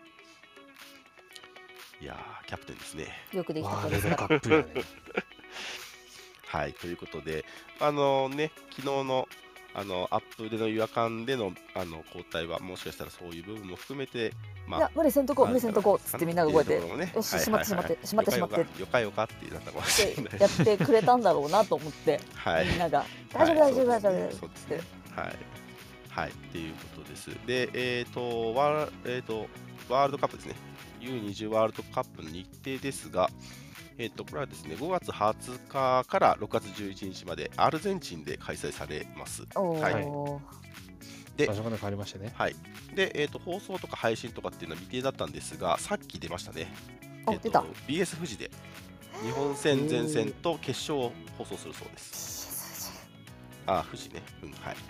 いやー、キャプテンですね。 よくできたワール子ですから。 ドカップやね。 はい、ということで、あのね、昨日のあのアップでの違和感でのあの交代は、もしかしたらそういう部分も含めて、まあ、 いや無理せんとこう無理せんとこうっつってみんなが動いて、 ね、 よししまってしまってしまってしまってっよかよかってなったかもしれないてやってくれたんだろうなと思ってはいみんなが大丈夫大丈夫大丈夫そうですね。はい。はい。っていうことです。で、えっ、と、ワー、えーと、ワールドカップですね。ユーにじゅう ワールドカップの日程ですが、えっ、と、これはですね、ごがつはつかからろくがつじゅういちにちまでアルゼンチンで開催されます。 おはいーで場所が変わりましてね。 はい。で、えっ、と、放送とか配信とかっていうのは未定だったんですが、さっき出ましたね。えーとあ出たビーエス 富士で日本戦前線と決勝を放送するそうです。あ、富士ね。うん、はい。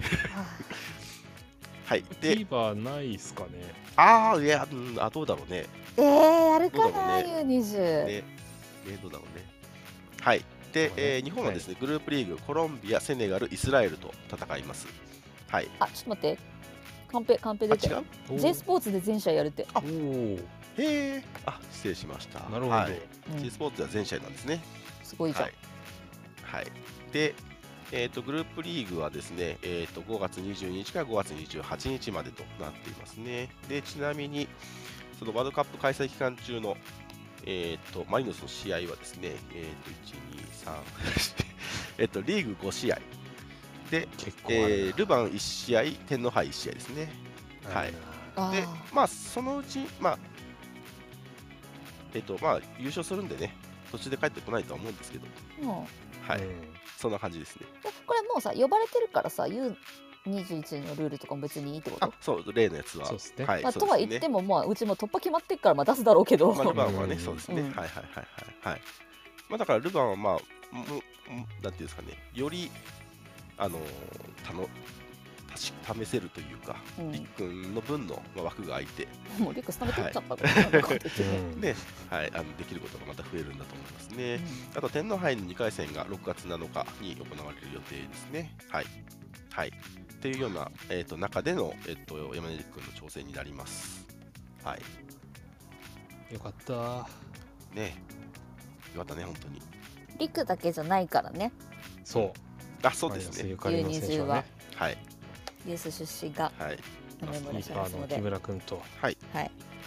はい。で、 TVer ないっすかね。 ああ、いや、うん、あ、どうだろうね。 えー、やるかどうだろなうねユーにじゅう、 ね、ね、どうだろうね。はい。で、 そうねえー日本はですね、グループリーグ、コロンビア、セネガル、イスラエルと戦います。はい。 あちょっと待ってカンペカンペあ、違出てるう J スポーツで全試合やるっておお。 へえ。あ、失礼しました。 なるほどはい。 うん J スポーツでは全試合なんですね。 すごいじゃん、 はい。はい。で、えーと、グループリーグはですね、えーと、ごがつにじゅうににちからごがつにじゅうはちにちまでとなっていますね。で、ちなみに、そのワールドカップ開催期間中の、えーと、マリノスの試合はですね、えーと、いち、に、さん、えっと、リーグごしあい。で、 結構あるな。 えールヴァンいち試合、天皇杯いち試合ですね。はいあるな。 であー、 まあ、そのうち、まあ、えっと、まあ、優勝するんでね、途中で帰ってこないとは思うんですけど、 もはい、 うんそんな感じですね。 うえこれもうさ呼ばれてるからさ ユーにじゅういち のルールとかも別にいいってことあ、そう、例のやつは。 そうですねはい、 まあ、 そうですねとは言っても、まあ、うちも突破決まってっから、まあ、出すだろうけど、 まあ、ルヴァンはね、 うんそうですね。 うんはいはいはいはい。はいまあ、だから、ルヴァンは、まあ、ももなんていうんですかね、より、あのー、たの、たし試せるというか、 うんりっくんの分の、まあ、枠が空いて、 もうリックスタメ取っちゃったから、なんかこうやって言ってねうんね、はい、あのできることがまた増えるんだと思いますね。 うんあと、天皇杯のにかい戦がろくがつなのかに行われる予定ですね。はい。はい。っていうような、えー、と中での、えー、と山根君の挑戦になります。はい。 よかった。 ねよかったね、本当に。 リクだけじゃないからね、 そう。 あ、そうですね。 マリノスゆかりの選手はね。 はい。 ユース出身がはい。 何名もいらっキーパーの木しゃいますので、 村君とはい。 はい、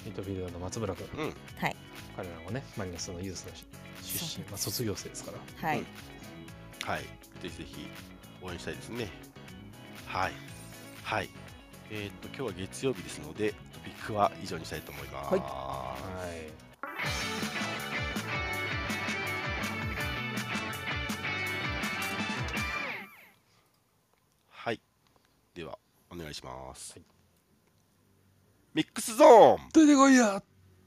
ミッドフィールダーの松村君、 うん。 はい彼らもねマリノスのユースの出身、まあ、卒業生ですからはい、 うんはい。ぜひぜひ応援したいですね。はい。はい。えーっと、今日は月曜日ですので、トピックは以上にしたいと思います。 はいはいはい。では、お願いします。 はいミックスゾーン。 出てこいや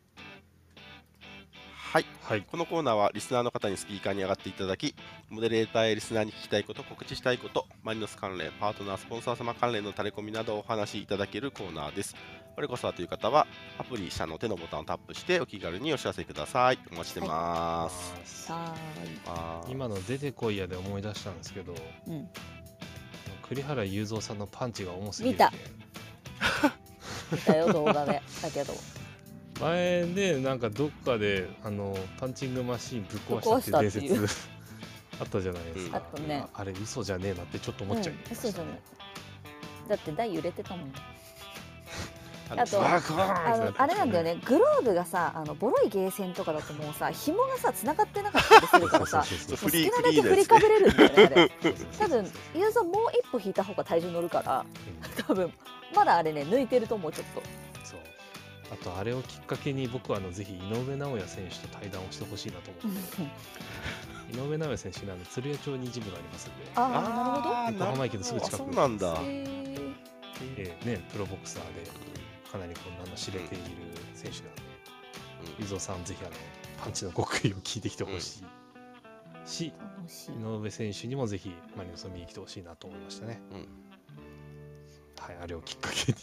はい。 はいこのコーナーはリスナーの方にスピーカーに上がっていただき、モデレーターやリスナーに聞きたいこと、告知したいこと、マリノス関連、パートナー、スポンサー様関連のタレコミなどをお話しいただけるコーナーです。我こそはという方は、アプリ下の手のボタンをタップしてお気軽にお知らせください。お待ちしてます。 はあー今の出てこいやで思い出したんですけどーい、うん、 栗原雄三さんのパンチが重すぎる見た見たよ動画でだけど前ねなんかどっかであのパンチングマシーンぶっ壊したっていう伝ぶっ壊説あったじゃないですか、 あったねあれ嘘じゃねえなってちょっと思っちゃいまうん、 したね嘘じゃない、だって台揺れてたもん。 あのあとバカーンあのあれなんだよね、グローブがさ、あのボロいゲーセンとかだともうさ、紐がさ繋がってなかったりするからさ、 そうそうそうフリーもう好きなだけ振りフリーのやつね。 かぶれるんだよね、あれ。 そうそうそう多分ユーザーもう一歩引いた方が体重乗るから、 うん多分まだあれね抜いてると思うちょっと。 そうあとあれをきっかけに僕はあのぜひ井上尚弥選手と対談をしてほしいなと思って井上尚弥選手なんで鶴屋町にジムがありますんでああ、なるほど。 あー横浜駅のすぐ近くあそうなんだ。 へーえーね、プロボクサーでかなりこう名の知れている選手なんで、ゆぞうさんぜひあのパンチの極意を聞いてきてほしいし、 楽しい。 井上選手にもぜひマリノスを見に来てほしいなと思いましたね。 うんうんはい、あれをきっかけに。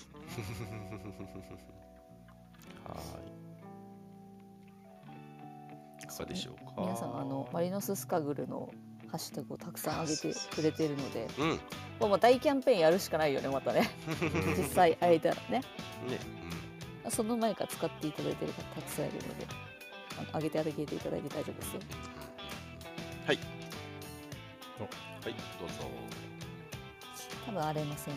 はい。いかがでしょうか。 皆さんあのマリノススカグルのハッシュタグをたくさん上げてくれてるので、 うん。ね、 もうもう大キャンペーンやるしかないよねまたね。実際会えたらね。その前から使っていただいてる方たくさんいるので、あの上げてあげていただいて大丈夫ですよ。 はい。 おはい、どうぞ。 多分あれませんか。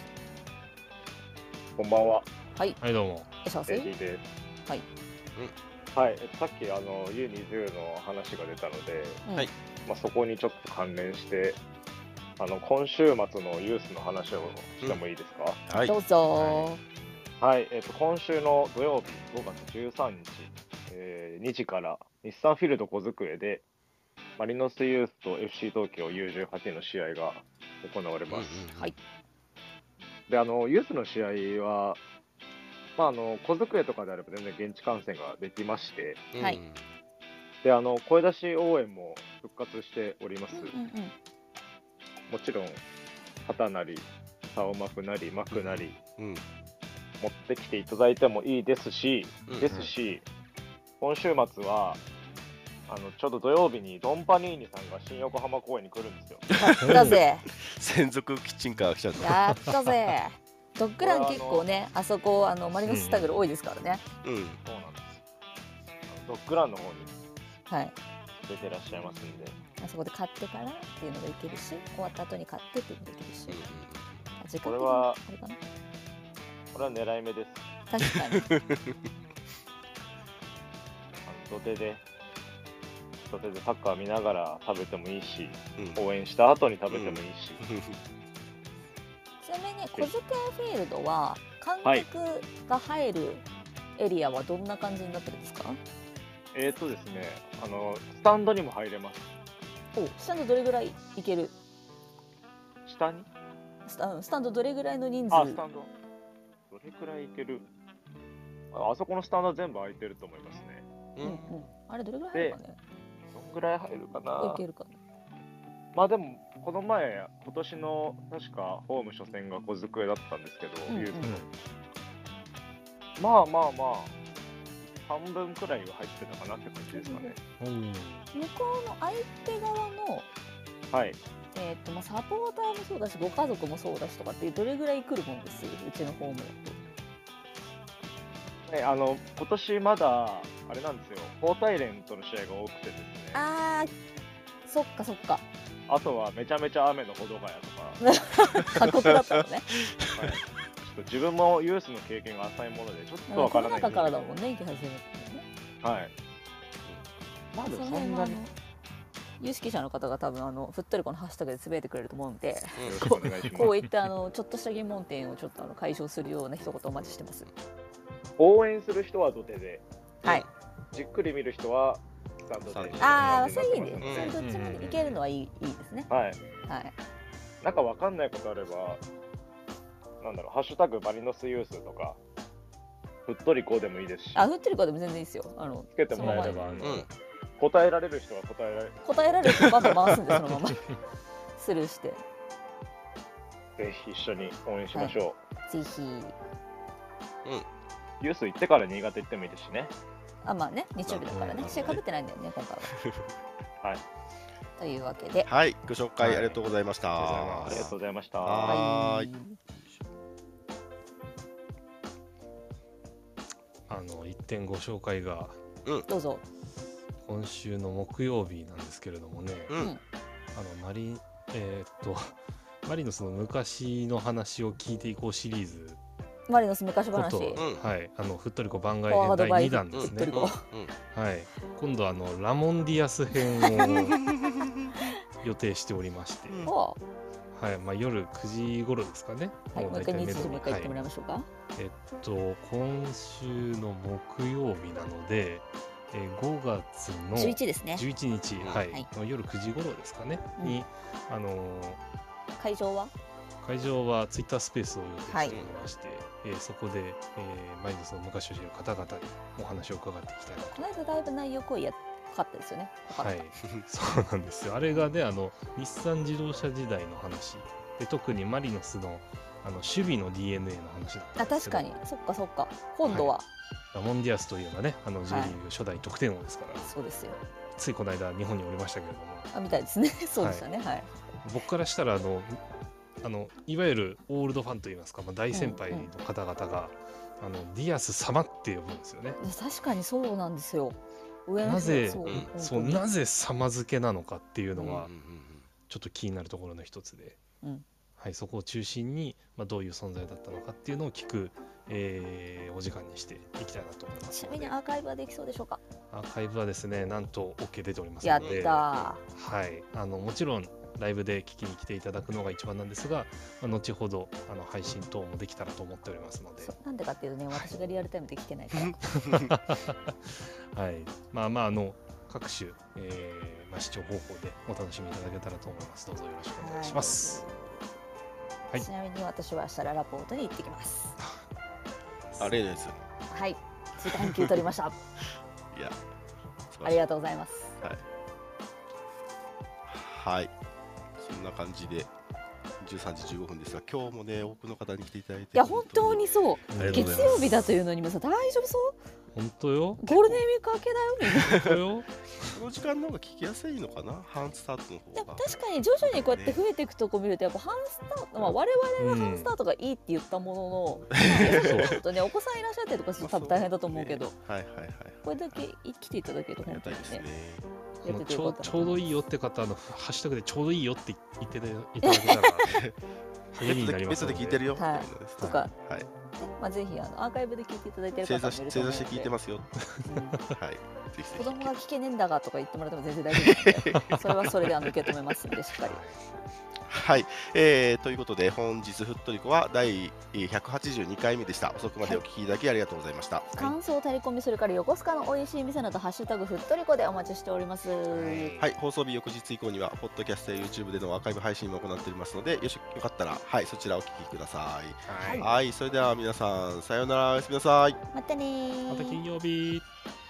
こんばんは、 はい、 はい、どうも。 いらっしゃいませ。 エディです。 はい。 はい、えさっきあの ユーにじゅう の話が出たので、 うんはいまあ、そこにちょっと関連して、あの今週末のユースの話をしてもいいですか？ はい。 どうぞ。 はい、えっと今週の土曜日ごがつじゅうさんにち、えーにじから日産フィールド小机でマリノスユースと エフシー 東京 ユーじゅうはち の試合が行われます。 はい。 で、あのユースの試合は、まあ、あの小机とかであれば全然現地観戦ができまして、 うんはいであの声出し応援も復活しております。 うんうんうん。 もちろん旗なり竿幕なり幕なりうん。 持ってきていただいてもいいですし、 うんですし今週末はあのちょうど土曜日にドンパニーニさんが新横浜公演に来るんですよ。 やったぜ。 専属キッチンカーが来ちゃった。 やったぜ。ドッグラン結構ね、あそこあのマリノススタグル多いですからね。 うん。 そうなんです。あのドッグランの方にはい。 出てらっしゃいますんで、 あそこで買ってからっていうのがいけるし、終わった後に買ってっていうのができるし。あ時間的にこれはあれかな。 これは狙い目です。 確かに。 あの土手で土手でサッカー見ながら食べてもいいし、 うん。 応援した後に食べてもいいし、 ちなみに小机フィールドは観客が入るエリアはどんな感じになってるんですか？ えーとですね、あのスタンドにも入れます。 お、スタンドどれぐらいいける？ 下にスタスタンドどれぐらいの人数？ あ、スタンド。どれくらいいけるああそこのスタンドは全部空いてると思いますね。 うんうん。あれどれぐらい入るかね？ どんぐらい入るかいなけるか。 まあでも、この前、今年の確かホーム初戦が小机だったんですけど、 うんうんユースのまあまあまあ、半分くらいは入ってたかなって感じですかね。 うん向こうの相手側のはい。 えーっとまあ、サポーターもそうだしご家族もそうだしとかってどれぐらい来るもんですうちのホームだと。 ね、あの、今年まだ、あれなんですよ、交代連との試合が多くてですね、 あーそっかそっかあとはめちゃめちゃ雨の保土ヶ谷とか、 過酷だったのね。 はい、 と自分もユースの経験が浅いものでちょっとわコからないんですけどロナ禍からだもんね、行き始めたのね。 はい。まずそのそんなに辺はあの有識者の方が多分あのふっとりこのハッシュタグでつぶやいてくれると思うんで、 よろしくお願いします。 こういったあのちょっとした疑問点をちょっとあの解消するような一言お待ちしてます。 応援する人は土手で、 はい。 じっくり見る人はスタンドで。 ああ、 感それいいね。 じになってそれどっちもいけるのはいいいいですね。 ますね。はい。 はい。 なんかわかんないことあれば、なんだろう、ハッシュタグマリノスユースとか、ふっとりこうでもいいですし、 あ、ふっとりこでも全然いいですよ。あのつけてもらえれば、あのうん答えられる人は答えられる。 答えられるとバンバン回すんでそのままスルーして。 ぜひ一緒に応援しましょぜひ。 う。ユース行ってから新潟行ってもいいですしね。 あ、まあね、日曜日だからね。 うん試合かぶってないんだよね、今回は。 はい。 というわけで。 はい、ご紹介ありがとうございました。 はいありがとうございました。 はーい。 あの一点ご紹介がどうぞ。 今週の木曜日なんですけれどもね、 ううんん。 あのマリえーっとマリノスの昔の話を聞いていこうシリーズマリノス昔話。 こと、 うんはい、あのふっとりこ番外フォワードバイ編だいにだんですねふっとり。こはい、今度あのラモンディアス編を予定しておりまして、 うんおはい、まあ夜くじ頃ですかね。 はい、もう一回日時もう一回言ってもらいはましょうか。 い、えっと今週の木曜日なので、えー、ごがつのじゅういちですね。 じゅういちにち、 うんはいはいの夜くじ頃ですかね、 うんにあのー会場は会場はツイッタースペースを予定しておりまして、えーそこで、えーマリノスの昔を知る方々にお話を伺っていきたいなと。 この間だいぶ内容濃いやかったですよね。わかったはい、そうなんですよ。あれがね、あの日産自動車時代の話で、特にマリノスのあの守備の ディーエヌエー の話だったあ、 んですけど、 確かに。そっかそっか。今度は、 ラモンディアスといえばね、あの J リーグ初代得点王ですから、 そうですよ。 ついこの間日本におりましたけれども、 あ、みたいですね。そうでしたね。はい。 僕からしたらあのあのいわゆるオールドファンといいますか、まあ、大先輩の方々が、あのディアス様って呼ぶんですよね。 いや確かにそうなんですよ。上の人なぜそううんそう本当になぜ様付けなのかっていうのがうんうんちょっと気になるところの一つで、 うんはい、そこを中心に、まあ、どういう存在だったのかっていうのを聞く、えーお時間にしていきたいなと思いますので、 ちなみにアーカイブはできそうでしょうか。 アーカイブはですねなんと OK 出ておりますやっので、 たはい、あのもちろんライブで聞きに来ていただくのが一番なんですが、まあ、後ほどあの配信等もできたらと思っておりますのでー。、そうなんでかっていうとね、私がリアルタイムで来てないから。 はい、まあまああの各種、えーまあ、視聴方法でお楽しみいただけたらと思います。どうぞよろしくお願いします。はいちなみに私は明日ララポートに行ってきます。 あ例のやつ。 はい。追加半休取りました。 いや、素晴ありらしい。 がとうございます。 はい。そんな感じでじゅうさんじじゅうごふんですが、今日もね多くの方に来ていただいて、 いや本当にそう。 ありがとうご月ざいます曜日だというのにもさ、大丈夫そう？ 本当よ。 ゴールデンウィーク明けだよみんな。 本当よ。 この時間の方が聞きやすいのかな、半スタートのでも方が。 確かに徐々にこうやって増えていくとこ見るとやっぱ半スタート、まあ、我々が半スタートがいいって言ったものの、ちょっとねお子さんいらっしゃったりとかすると多分大変だと思うけど、 はいはいはい。 これだけ来ていただけるとありが本当にねたいですね。 やっててちょうよかったなちょうどいいよって方、あのハッシュタグでちょうどいいよって言っていただけたら励みになりますので。 別で聞いてるよ。 はいみたいなですとかはい。 まあ、ぜひあのアーカイブで聞いていただいてる正方座し正座してもいると思うので聞いてますよ。 うんはい。ぜひぜひ。 子供が聞けねえんだがとか言ってもらっても全然大丈夫なのでそれはそれであの受け止めますんでしっかり。 はい、えー、ということで本日ふっとりこはだいひゃくはちじゅうにかいめでした。遅くまでお聞きいただきありがとうございました。 感想、タレコミ、それから横須賀の美味しい店などハッシュタグふっとりこでお待ちしております。 はい、放送日翌日以降にはポッドキャストや YouTube でのアーカイブ配信も行っておりますので、よしよかったらはいそちらをお聞きください。 はい。 はい、それでは皆さんさようなら、おやすみなさい。 またねーまた金曜日。